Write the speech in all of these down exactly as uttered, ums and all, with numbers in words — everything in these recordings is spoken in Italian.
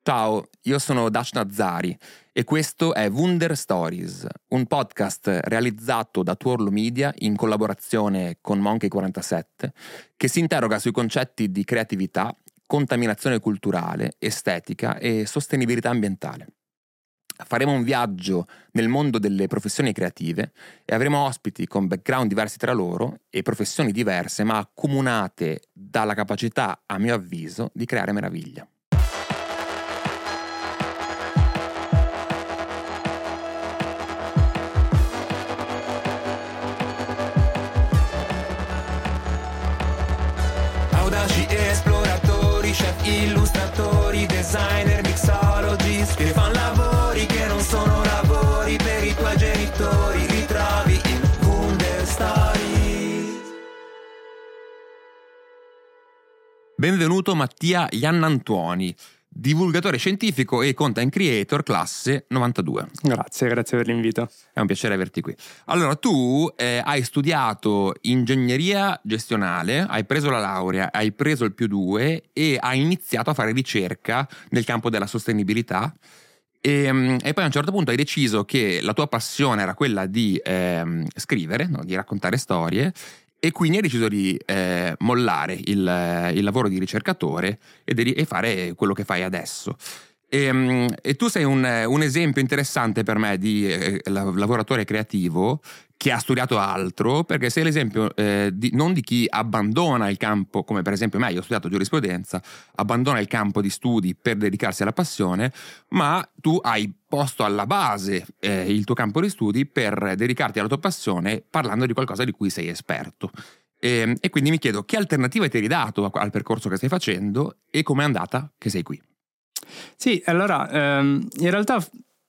Ciao, io sono Dash Nazzari e questo è Wunder Stories, un podcast realizzato da Tuorlo Media in collaborazione con Monkey quarantasette, che si interroga sui concetti di creatività, contaminazione culturale, estetica e sostenibilità ambientale. Faremo un viaggio nel mondo delle professioni creative e avremo ospiti con background diversi tra loro e professioni diverse ma accomunate dalla capacità, a mio avviso, di creare meraviglia. Audaci esploratori, chef illustratori, designer, mixologist, che fanno lavori che non sono lavori per i tuoi genitori. Ritrovi in Wunder Stories. Benvenuto Mattia Iannantuoni, divulgatore scientifico e content creator classe novantadue. Grazie, grazie per l'invito. È un piacere averti qui. Allora, tu eh, hai studiato ingegneria gestionale, hai preso la laurea, hai preso il più due e hai iniziato a fare ricerca nel campo della sostenibilità. E, e poi a un certo punto hai deciso che la tua passione era quella di eh, scrivere, no? Di raccontare storie, e quindi hai deciso di eh, mollare il, il lavoro di ricercatore e, di, e fare quello che fai adesso. E, e tu sei un, un esempio interessante per me di eh, lavoratore creativo che ha studiato altro, perché sei l'esempio eh, di, non di chi abbandona il campo, come per esempio me, io ho studiato giurisprudenza, abbandona il campo di studi per dedicarsi alla passione, ma tu hai posto alla base eh, il tuo campo di studi per dedicarti alla tua passione parlando di qualcosa di cui sei esperto. E, e quindi mi chiedo che alternativa ti hai dato al percorso che stai facendo e com'è andata che sei qui. Sì, allora, ehm, in realtà,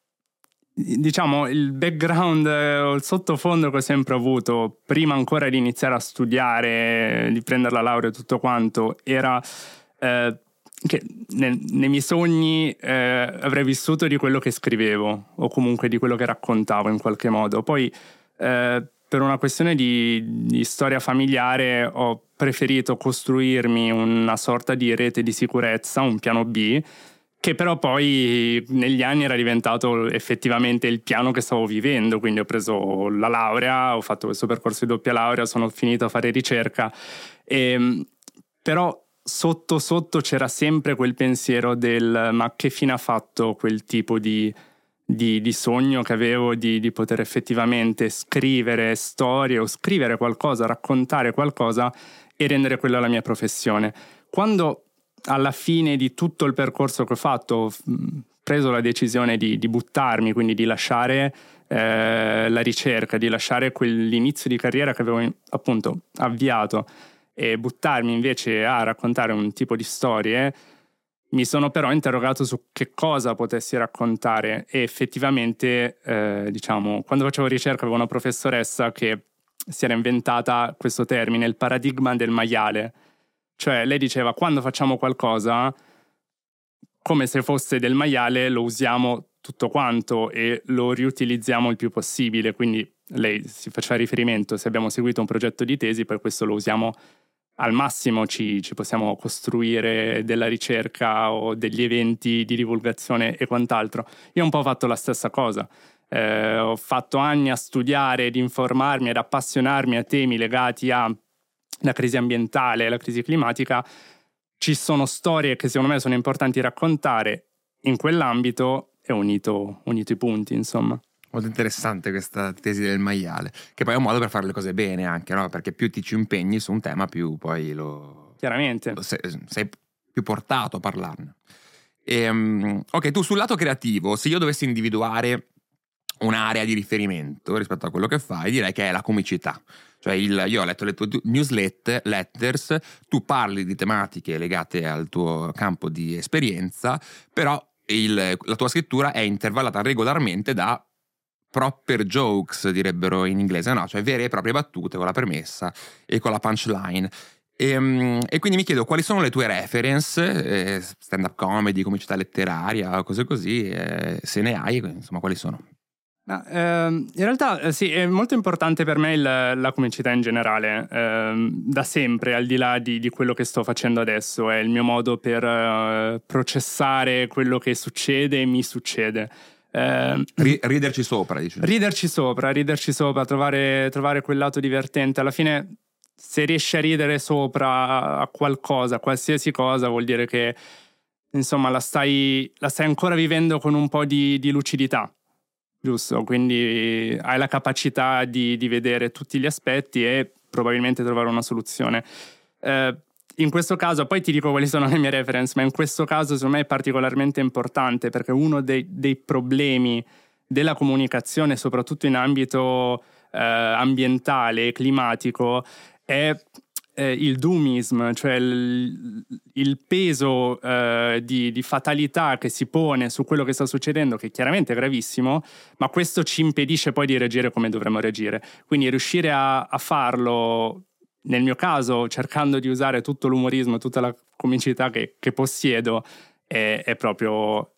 diciamo, il background eh, o il sottofondo che ho sempre avuto, prima ancora di iniziare a studiare, di prendere la laurea e tutto quanto, era eh, che nel, nei miei sogni eh, avrei vissuto di quello che scrivevo, o comunque di quello che raccontavo in qualche modo. Poi, eh, per una questione di, di storia familiare, ho preferito costruirmi una sorta di rete di sicurezza, un piano B, che però poi negli anni era diventato effettivamente il piano che stavo vivendo. Quindi ho preso la laurea, ho fatto questo percorso di doppia laurea, sono finito a fare ricerca, e, però sotto sotto c'era sempre quel pensiero del ma che fine ha fatto quel tipo di, di, di sogno che avevo di, di poter effettivamente scrivere storie o scrivere qualcosa, raccontare qualcosa e rendere quella la mia professione. Quando alla fine di tutto il percorso che ho fatto ho preso la decisione di, di buttarmi, quindi di lasciare eh, la ricerca, di lasciare quell'inizio di carriera che avevo appunto avviato e buttarmi invece a raccontare un tipo di storie, mi sono però interrogato su che cosa potessi raccontare e effettivamente eh, diciamo, quando facevo ricerca avevo una professoressa che si era inventata questo termine, il paradigma del maiale. Cioè lei diceva, quando facciamo qualcosa, come se fosse del maiale, lo usiamo tutto quanto e lo riutilizziamo il più possibile. Quindi lei si faceva riferimento, se abbiamo seguito un progetto di tesi, poi questo lo usiamo al massimo, ci, ci possiamo costruire della ricerca o degli eventi di divulgazione e quant'altro. Io ho un po' fatto la stessa cosa. Eh, ho fatto anni a studiare, ad informarmi, ad appassionarmi a temi legati a la crisi ambientale, la crisi climatica. Ci sono storie che secondo me sono importanti raccontare in quell'ambito e ho unito, unito i punti, insomma. Molto interessante questa tesi del maiale, che poi è un modo per fare le cose bene anche, no? Perché più ti ci impegni su un tema, più poi lo... Chiaramente. Lo sei, sei più portato a parlarne. E, um, ok, tu sul lato creativo, se io dovessi individuare un'area di riferimento rispetto a quello che fai, direi che è la comicità. Cioè il, io ho letto le tue newsletter, letters, tu parli di tematiche legate al tuo campo di esperienza, però il, la tua scrittura è intervallata regolarmente da proper jokes, direbbero in inglese, no? Cioè vere e proprie battute con la premessa e con la punchline. E, e quindi mi chiedo quali sono le tue reference, eh, stand-up comedy, comicità letteraria, cose così, eh, se ne hai, insomma, quali sono? No, ehm, in realtà eh, sì, è molto importante per me il, la comicità in generale, ehm, da sempre, al di là di, di quello che sto facendo adesso. È il mio modo per eh, processare quello che succede e mi succede. Eh, Ri- riderci sopra, dici. Riderci sopra, riderci sopra, trovare, trovare quel lato divertente. Alla fine, se riesci a ridere sopra a qualcosa, a qualsiasi cosa, vuol dire che insomma la stai, la stai ancora vivendo con un po' di, di lucidità. Giusto, quindi hai la capacità di, di vedere tutti gli aspetti e probabilmente trovare una soluzione. Eh, in questo caso, poi ti dico quali sono le mie reference, ma in questo caso secondo me è particolarmente importante perché uno dei, dei problemi della comunicazione, soprattutto in ambito eh, ambientale e climatico, è eh, il doomism, cioè il, il peso eh, di, di fatalità che si pone su quello che sta succedendo, che chiaramente è gravissimo, ma questo ci impedisce poi di reagire come dovremmo reagire. Quindi riuscire a, a farlo, nel mio caso, cercando di usare tutto l'umorismo, tutta la comicità che, che possiedo, è, è proprio...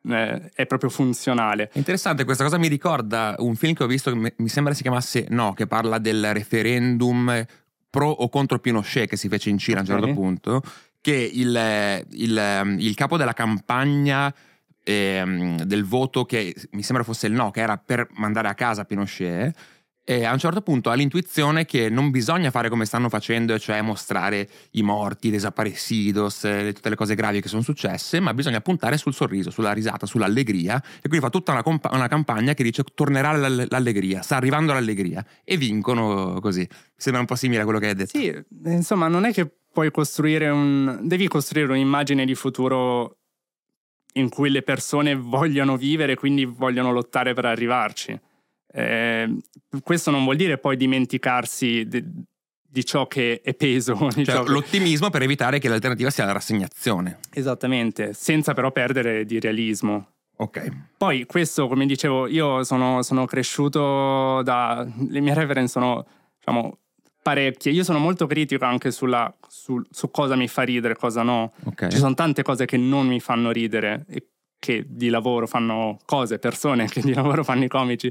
è proprio funzionale. Interessante, questa cosa mi ricorda un film che ho visto che mi sembra si chiamasse No, che parla del referendum pro o contro Pinochet che si fece in Cina. Okay. A un certo punto, che il, il, il capo della campagna eh, del voto, che mi sembra fosse il no, che era per mandare a casa Pinochet, e a un certo punto ha l'intuizione che non bisogna fare come stanno facendo, cioè mostrare i morti, i desaparecidos, tutte le cose gravi che sono successe, ma bisogna puntare sul sorriso, sulla risata, sull'allegria. E quindi fa tutta una, compa- una campagna che dice tornerà l- l'allegria, sta arrivando l'allegria, e vincono così. Mi sembra un po' simile a quello che hai detto. Sì, insomma, non è che puoi costruire un... devi costruire un'immagine di futuro in cui le persone vogliono vivere, quindi vogliono lottare per arrivarci. Eh, questo non vuol dire poi dimenticarsi di, di ciò che è peso, di cioè ciò che... l'ottimismo per evitare che l'alternativa sia la rassegnazione. Esattamente, senza però perdere di realismo. Ok. Poi questo, come dicevo, io sono, sono cresciuto da... le mie reference sono, diciamo, parecchie. Io sono molto critico anche sulla, su, su cosa mi fa ridere, cosa no. Okay. Ci sono tante cose che non mi fanno ridere e che di lavoro fanno cose, persone che di lavoro fanno i comici.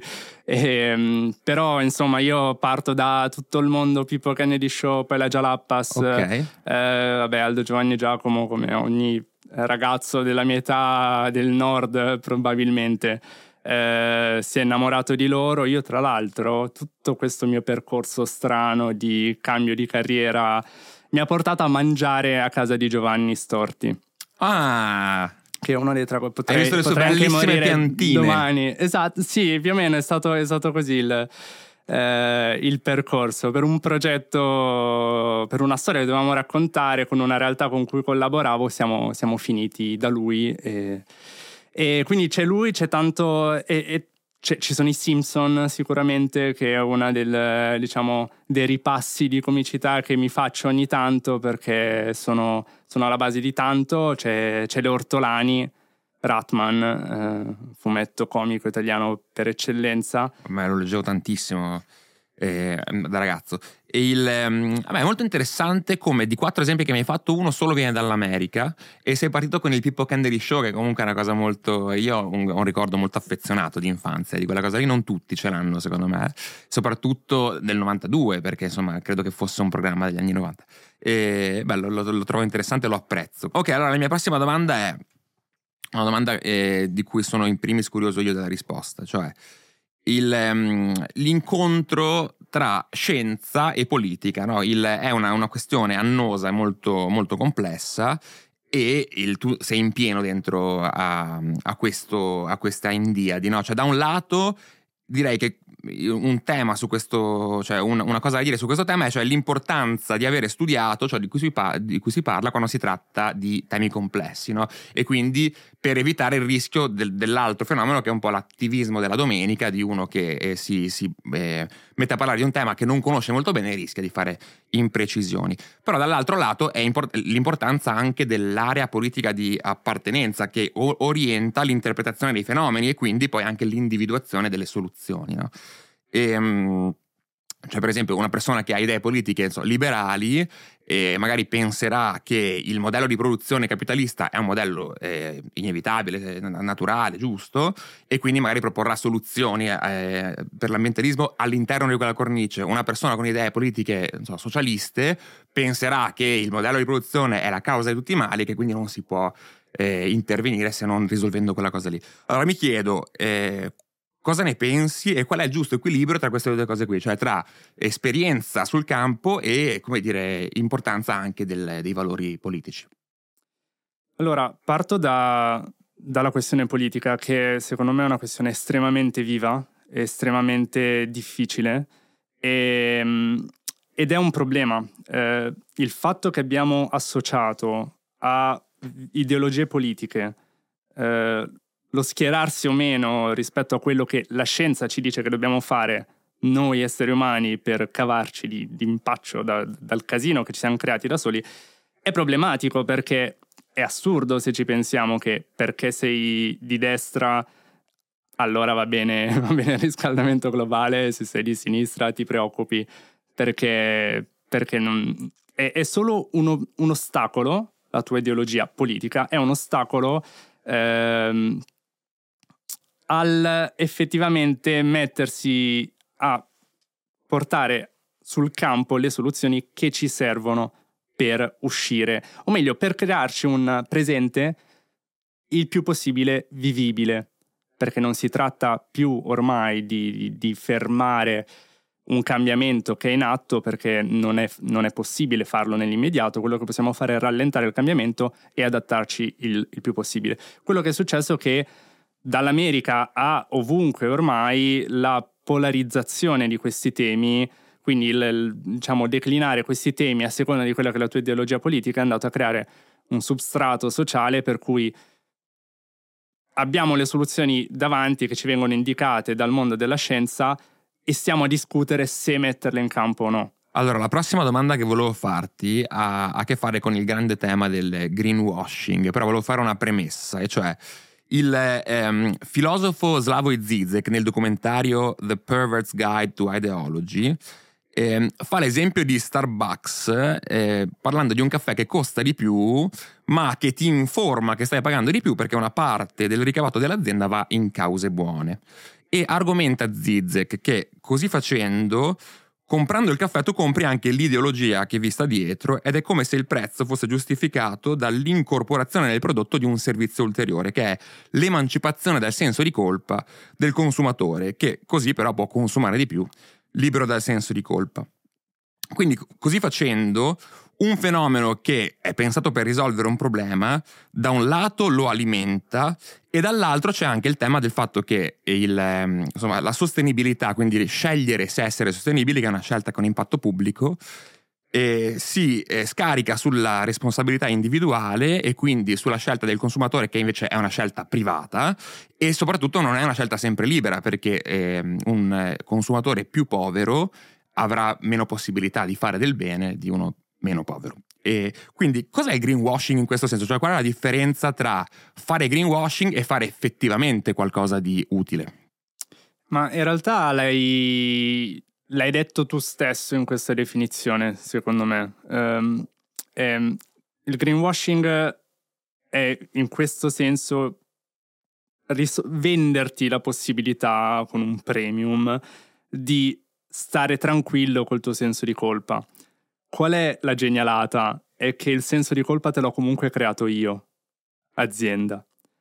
E, però insomma io parto da tutto il mondo Pippo Kennedy Show, poi la Jalappas, okay. eh, vabbè, Aldo Giovanni e Giacomo, come ogni ragazzo della mia età del nord probabilmente eh, si è innamorato di loro. Io tra l'altro tutto questo mio percorso strano di cambio di carriera mi ha portato a mangiare a casa di Giovanni Storti. Ah, che è uno dei tre. Potrei, hai visto le sue bellissime piantine domani. Esatto, sì, più o meno è stato, è stato così il, eh, il percorso per un progetto, per una storia che dovevamo raccontare con una realtà con cui collaboravo. Siamo, siamo finiti da lui e, e quindi c'è lui, c'è tanto e, e c'è, ci sono i Simpson sicuramente, che è una del, diciamo, dei ripassi di comicità che mi faccio ogni tanto perché sono, sono alla base di tanto. C'è, c'è le Ortolani, Ratman, eh, fumetto comico italiano per eccellenza. A me lo leggevo tantissimo eh, da ragazzo. E il, um, vabbè, è molto interessante come di quattro esempi che mi hai fatto uno solo viene dall'America, e sei partito con il Pippo Kennedy Show, che comunque è una cosa molto... io ho un, ho un ricordo molto affezionato di infanzia di quella cosa lì. Non tutti ce l'hanno secondo me, soprattutto del novantadue, perché insomma credo che fosse un programma degli anni novanta. E bello, lo, lo trovo interessante, lo apprezzo. Ok, allora la mia prossima domanda è una domanda eh, di cui sono in primis curioso io della risposta, cioè il, um, l'incontro tra scienza e politica, no? Il, è una, una questione annosa e molto, molto complessa, e il, tu sei in pieno dentro a, a, questo, a questa indiadi, no? Cioè da un lato direi che un tema su questo, cioè una, una cosa da dire su questo tema è cioè l'importanza di avere studiato, cioè di cui si, pa- di cui si parla quando si tratta di temi complessi, no? E quindi per evitare il rischio del, dell'altro fenomeno, che è un po' l'attivismo della domenica, di uno che eh, si, si eh, mette a parlare di un tema che non conosce molto bene e rischia di fare imprecisioni. Però dall'altro lato è import- l'importanza anche dell'area politica di appartenenza, che o- orienta l'interpretazione dei fenomeni e quindi poi anche l'individuazione delle soluzioni, no? E, um, Cioè, per esempio, una persona che ha idee politiche insomma, liberali e magari penserà che il modello di produzione capitalista è un modello eh, inevitabile, naturale, giusto, e quindi magari proporrà soluzioni eh, per l'ambientalismo all'interno di quella cornice. Una persona con idee politiche insomma, socialiste penserà che il modello di produzione è la causa di tutti i mali, che quindi non si può eh, intervenire se non risolvendo quella cosa lì. Allora mi chiedo eh, cosa ne pensi e qual è il giusto equilibrio tra queste due cose qui, cioè tra esperienza sul campo e, come dire, importanza anche del, dei valori politici. Allora, parto da, dalla questione politica, che secondo me è una questione estremamente viva, estremamente difficile e, ed è un problema. Eh, il fatto che abbiamo associato a ideologie politiche eh, lo schierarsi o meno rispetto a quello che la scienza ci dice che dobbiamo fare noi esseri umani per cavarci di, di impaccio da, dal casino che ci siamo creati da soli, è problematico, perché è assurdo se ci pensiamo che perché sei di destra allora va bene, va bene il riscaldamento globale, se sei di sinistra ti preoccupi perché, perché non, è, è solo uno, un ostacolo. La tua ideologia politica è un ostacolo ehm, al effettivamente mettersi a portare sul campo le soluzioni che ci servono per uscire, o meglio, per crearci un presente il più possibile vivibile, perché non si tratta più ormai di, di, di fermare un cambiamento che è in atto, perché non è, non è possibile farlo nell'immediato. Quello che possiamo fare è rallentare il cambiamento e adattarci il, il più possibile. Quello che è successo è che dall'America a ovunque ormai la polarizzazione di questi temi, quindi il, il, diciamo declinare questi temi a seconda di quella che è la tua ideologia politica, è andato a creare un substrato sociale per cui abbiamo le soluzioni davanti che ci vengono indicate dal mondo della scienza e stiamo a discutere se metterle in campo o no. Allora, la prossima domanda che volevo farti ha a che fare con il grande tema del greenwashing, però volevo fare una premessa, e cioè il ehm, filosofo Slavoj Zizek nel documentario The Pervert's Guide to Ideology eh, fa l'esempio di Starbucks eh, parlando di un caffè che costa di più ma che ti informa che stai pagando di più perché una parte del ricavato dell'azienda va in cause buone. E argomenta Zizek che così facendo, comprando il caffè, tu compri anche l'ideologia che vi sta dietro, ed è come se il prezzo fosse giustificato dall'incorporazione nel prodotto di un servizio ulteriore, che è l'emancipazione dal senso di colpa del consumatore, che così però può consumare di più, libero dal senso di colpa. Quindi così facendo, un fenomeno che è pensato per risolvere un problema, da un lato lo alimenta e dall'altro c'è anche il tema del fatto che il, insomma, la sostenibilità, quindi scegliere se essere sostenibili, che è una scelta con impatto pubblico, eh, si eh, scarica sulla responsabilità individuale e quindi sulla scelta del consumatore, che invece è una scelta privata, e soprattutto non è una scelta sempre libera, perché eh, un consumatore più povero avrà meno possibilità di fare del bene di uno meno povero. E quindi cos'è il greenwashing in questo senso? Cioè, qual è la differenza tra fare greenwashing e fare effettivamente qualcosa di utile? Ma in realtà l'hai, l'hai detto tu stesso in questa definizione, secondo me. Um, ehm, il greenwashing è in questo senso ris- venderti la possibilità con un premium di stare tranquillo col tuo senso di colpa. Qual è la genialata? È che il senso di colpa te l'ho comunque creato io, azienda.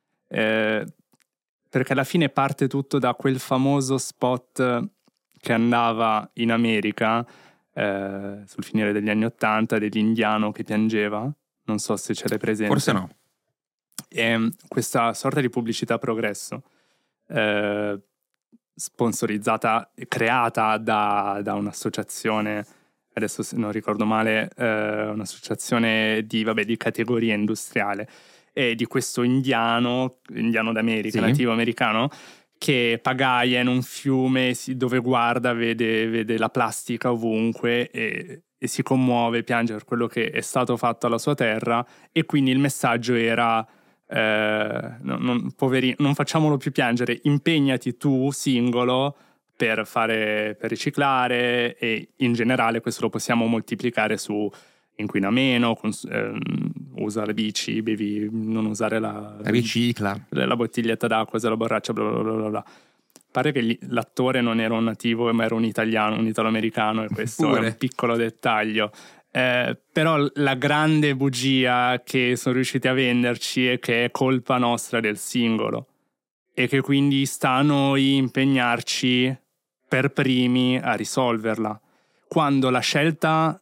Eh, perché alla fine parte tutto da quel famoso spot che andava in America eh, sul finire degli anni Ottanta, dell'indiano che piangeva. Non so se ce l'hai presente. Forse no. È questa sorta di pubblicità progresso. Eh, sponsorizzata, creata da, da un'associazione, adesso se non ricordo male, eh, un'associazione di, vabbè, di categoria industriale, e di questo indiano, indiano d'America, sì, nativo americano, che pagaia in un fiume, si, dove guarda, vede, vede la plastica ovunque e, e si commuove, piange per quello che è stato fatto alla sua terra, e quindi il messaggio era Eh, non, non, poveri, non facciamolo più piangere, impegnati tu singolo per fare per riciclare, e in generale questo lo possiamo moltiplicare su inquina meno, cons- ehm, usa le bici, bevi, non usare la, la ricicla, la bottiglietta d'acqua, usa la borraccia, bla bla bla bla. Pare che gli, l'attore non era un nativo ma era un italiano, un italo-americano, e questo Pure. è un piccolo dettaglio. Eh, però la grande bugia che sono riusciti a venderci è che è colpa nostra del singolo, e che quindi sta a noi impegnarci per primi a risolverla, quando la scelta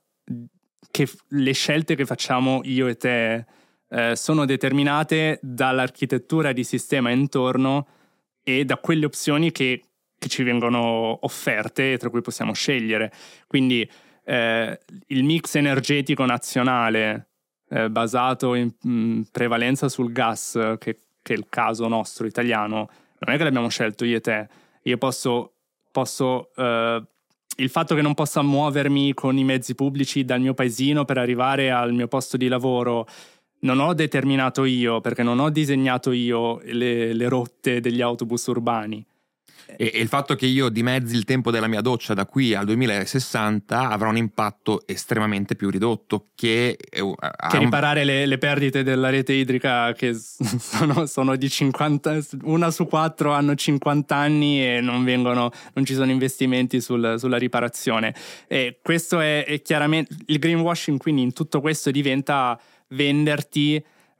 che le scelte che facciamo io e te eh, sono determinate dall'architettura di sistema intorno e da quelle opzioni che, che ci vengono offerte e tra cui possiamo scegliere. Quindi eh, il mix energetico nazionale eh, basato in mh, prevalenza sul gas, che, che è il caso nostro italiano, non è che l'abbiamo scelto io e te. Io posso, posso eh, il fatto che non possa muovermi con i mezzi pubblici dal mio paesino per arrivare al mio posto di lavoro non ho determinato io, perché non ho disegnato io le, le rotte degli autobus urbani. E, e il fatto che io dimezzi il tempo della mia doccia da qui al duemilasessanta avrà un impatto estremamente più ridotto che, uh, che riparare un... le, le perdite della rete idrica, che sono, sono di cinquanta, una su quattro hanno cinquanta anni e non vengono, non ci sono investimenti sul, sulla riparazione. E questo è, è chiaramente il greenwashing. Quindi in tutto questo diventa venderti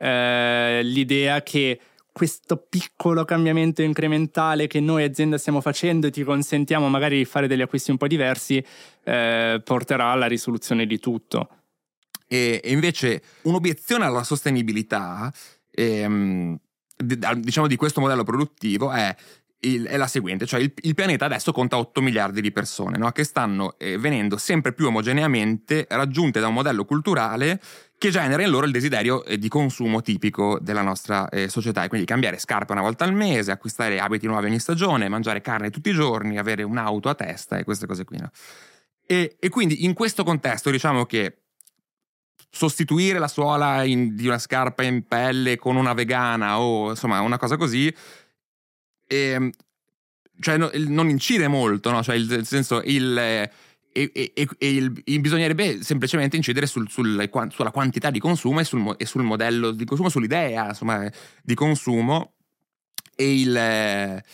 eh, l'idea che questo piccolo cambiamento incrementale che noi azienda stiamo facendo e ti consentiamo magari di fare degli acquisti un po' diversi eh, porterà alla risoluzione di tutto. E, e invece un'obiezione alla sostenibilità ehm, diciamo di questo modello produttivo è, il, è la seguente, cioè il, il pianeta adesso conta otto miliardi di persone, no? Che stanno eh, venendo sempre più omogeneamente raggiunte da un modello culturale che genera in loro il desiderio eh, di consumo tipico della nostra eh, società, e quindi cambiare scarpe una volta al mese, acquistare abiti nuovi ogni stagione, mangiare carne tutti i giorni, avere un'auto a testa e queste cose qui, no? E, e quindi in questo contesto diciamo che sostituire la suola in, di una scarpa in pelle con una vegana o insomma una cosa così eh, cioè no, non incide molto, no? Cioè il, nel senso il E, e, e, e il, bisognerebbe semplicemente incidere sul, sul, sulla quantità di consumo e sul, e sul modello di consumo, sull'idea insomma di consumo, e il e,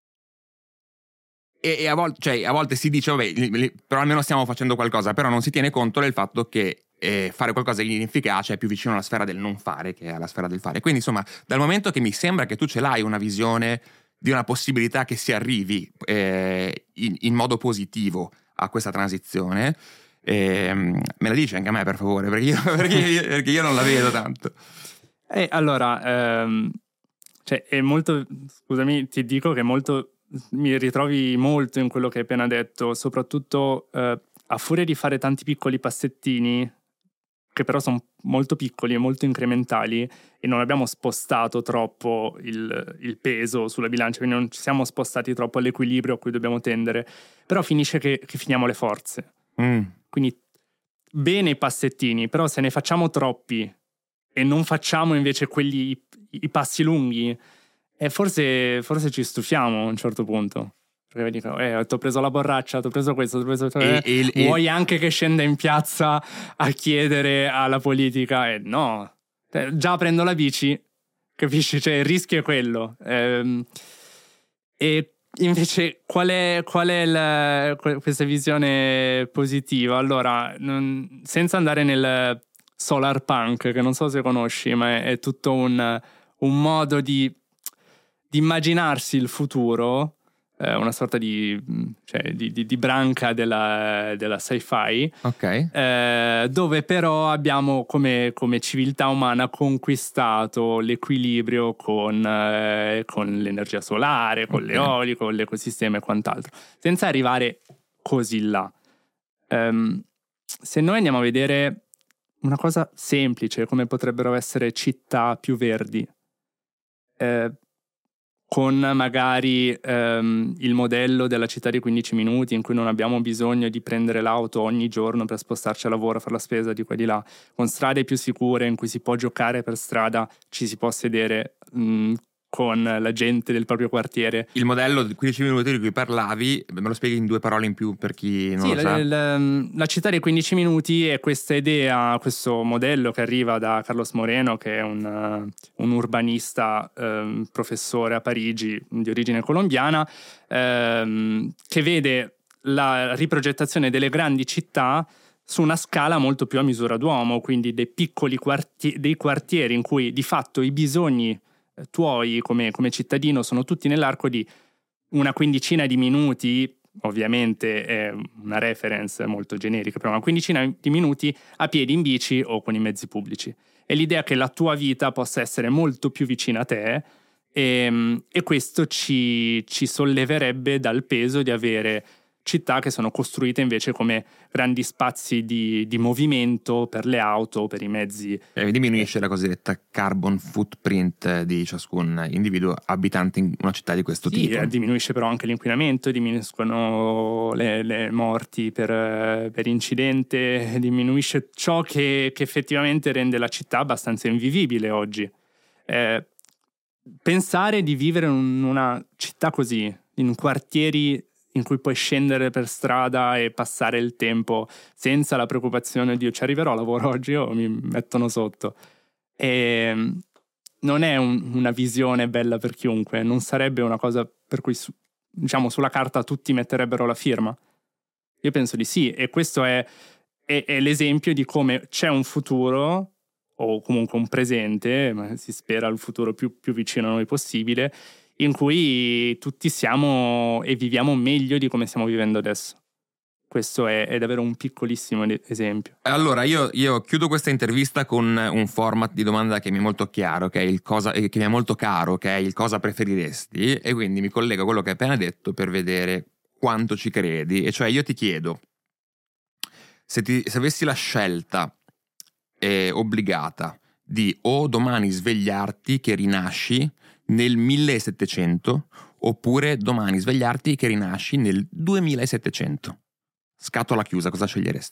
e a, volte, cioè, a volte si dice vabbè, però almeno stiamo facendo qualcosa, però non si tiene conto del fatto che eh, fare qualcosa di inefficace è più vicino alla sfera del non fare che alla sfera del fare. Quindi insomma, dal momento che mi sembra che tu ce l'hai una visione di una possibilità che si arrivi eh, in, in modo positivo a questa transizione, eh, me la dici anche a me per favore, perché io, perché io, perché io non la vedo tanto. E allora ehm, cioè è molto, scusami, ti dico che molto mi ritrovi molto in quello che hai appena detto, soprattutto eh, a furia di fare tanti piccoli passettini che però sono molto piccoli e molto incrementali, e non abbiamo spostato troppo il, il peso sulla bilancia, quindi non ci siamo spostati troppo all'equilibrio a cui dobbiamo tendere, però finisce che, che finiamo le forze. Mm. Quindi bene i passettini, però se ne facciamo troppi e non facciamo invece quelli i, i passi lunghi, e forse, forse ci stufiamo a un certo punto. Perché dico, eh, ti ho preso la borraccia, ti ho preso questo, ti ho preso questo. E, eh. e, Vuoi e... anche che scenda in piazza a chiedere alla politica? Eh, no, eh, già prendo la bici, capisci? Cioè il rischio è quello. Ehm, e invece qual è, qual è la, questa visione positiva? Allora, non, senza andare nel solar punk, che non so se conosci, ma è, è tutto un, un modo di, di immaginarsi il futuro, una sorta di, cioè, di, di, di branca della, della sci-fi, okay. eh, dove però abbiamo come, come civiltà umana conquistato l'equilibrio con, eh, con l'energia solare, con okay. l'eolico, con l'ecosistema e quant'altro, senza arrivare così là. Um, se noi andiamo a vedere una cosa semplice come potrebbero essere città più verdi, eh, con magari ehm, il modello della città di quindici minuti in cui non abbiamo bisogno di prendere l'auto ogni giorno per spostarci a lavoro, fare la spesa di qua e di là, con strade più sicure in cui si può giocare per strada, ci si può sedere mh, con la gente del proprio quartiere. Il modello di quindici minuti di cui parlavi, me lo spieghi in due parole in più per chi non sì, lo sa? La, la, la città dei quindici minuti è questa idea, questo modello che arriva da Carlos Moreno, che è un, uh, un urbanista, um, professore a Parigi di origine colombiana, um, che vede la riprogettazione delle grandi città su una scala molto più a misura d'uomo, quindi dei piccoli quartieri, dei quartieri in cui di fatto i bisogni tuoi come, come cittadino sono tutti nell'arco di una quindicina di minuti, ovviamente è una reference molto generica, però una quindicina di minuti a piedi, in bici o con i mezzi pubblici. E l'idea che la tua vita possa essere molto più vicina a te, e, e questo ci, ci solleverebbe dal peso di avere città che sono costruite invece come grandi spazi di, di movimento per le auto, per i mezzi. E diminuisce la cosiddetta carbon footprint di ciascun individuo abitante in una città di questo sì, tipo. Diminuisce però anche l'inquinamento, diminuiscono le, le morti per, per incidente, diminuisce ciò che, che effettivamente rende la città abbastanza invivibile oggi. Eh, pensare di vivere in una città così, in quartieri in cui puoi scendere per strada e passare il tempo senza la preoccupazione di ci arriverò a lavoro oggi o mi mettono sotto, e non è un, una visione bella per chiunque, non sarebbe una cosa per cui su, diciamo sulla carta tutti metterebbero la firma. Io penso di sì, e questo è, è, è l'esempio di come c'è un futuro o comunque un presente, ma si spera il futuro più, più vicino a noi possibile, in cui tutti siamo e viviamo meglio di come stiamo vivendo adesso. Questo è, è davvero un piccolissimo esempio. Allora io, io chiudo questa intervista con un format di domanda che mi è molto chiaro, che è il cosa, che mi è molto caro, che è il cosa preferiresti, e quindi mi collego a quello che hai appena detto per vedere quanto ci credi. E cioè io ti chiedo, se, ti, se avessi la scelta eh, obbligata di o domani svegliarti che rinasci nel millesettecento oppure domani svegliarti che rinasci nel duemilasettecento, scatola chiusa, cosa sceglieresti?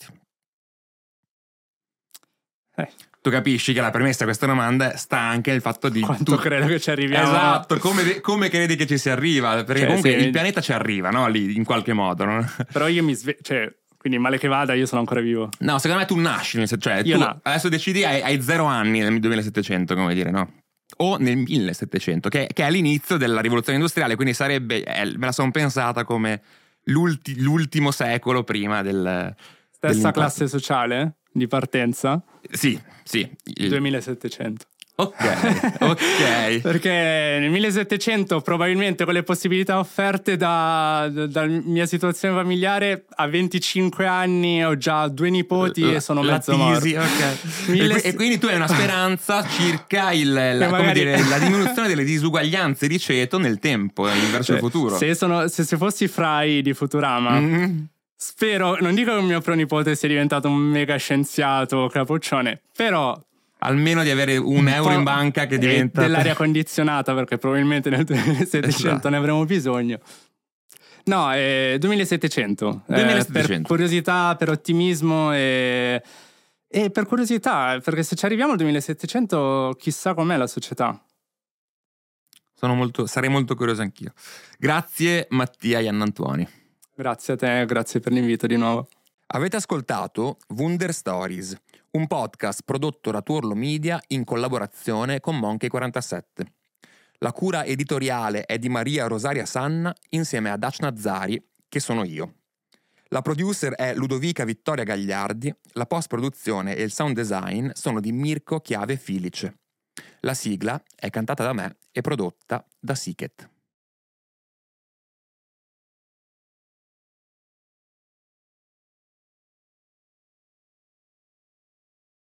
Eh. Tu capisci che la premessa a questa domanda sta anche nel fatto di quanto tu... credo che ci arriviamo. Esatto, come, come credi che ci si arriva, perché cioè, comunque sì, il pianeta ci arriva, no? Lì in qualche modo, no? Però io mi sveglio, cioè, quindi male che vada io sono ancora vivo. No, secondo me tu nasci, cioè io tu no. adesso decidi hai, hai zero anni nel duemilasettecento, come dire, no? O nel millesettecento, che, che è l'inizio della rivoluzione industriale, quindi sarebbe, eh, me la sono pensata come l'ulti, l'ultimo secolo prima del... Stessa classe sociale di partenza? Sì, sì. Il... duemilasettecento. Ok, ok. Perché nel millesettecento probabilmente con le possibilità offerte da, da, dalla mia situazione familiare a venticinque anni ho già due nipoti la, e sono mezzo morto. Okay. Mille... e, e quindi tu hai una speranza circa il, la, magari... come dire, la diminuzione delle disuguaglianze di ceto nel tempo, verso cioè, il futuro. Se, sono, se, se fossi Fry di Futurama... Mm-hmm. Spero, non dico che il mio pronipote sia diventato un mega scienziato capoccione, però almeno di avere un euro in banca che diventa dell'aria condizionata, perché probabilmente nel duemilasettecento esatto. ne avremo bisogno. No, eh, duemilasettecento, duemilasettecento. Eh, per curiosità, per ottimismo e, e per curiosità, perché se ci arriviamo al duemilasettecento chissà com'è la società. Sono molto, sarei molto curioso anch'io. Grazie Mattia Iannantuoni. Grazie a te, grazie per l'invito di nuovo. Avete ascoltato Wunder Stories, un podcast prodotto da Tuorlo Media in collaborazione con Monkey quarantasette. La cura editoriale è di Maria Rosaria Sanna insieme a Dacia Nazzari, che sono io. La producer è Ludovica Vittoria Gagliardi, la post-produzione e il sound design sono di Mirko Chiave Filice. La sigla è cantata da me e prodotta da Siket.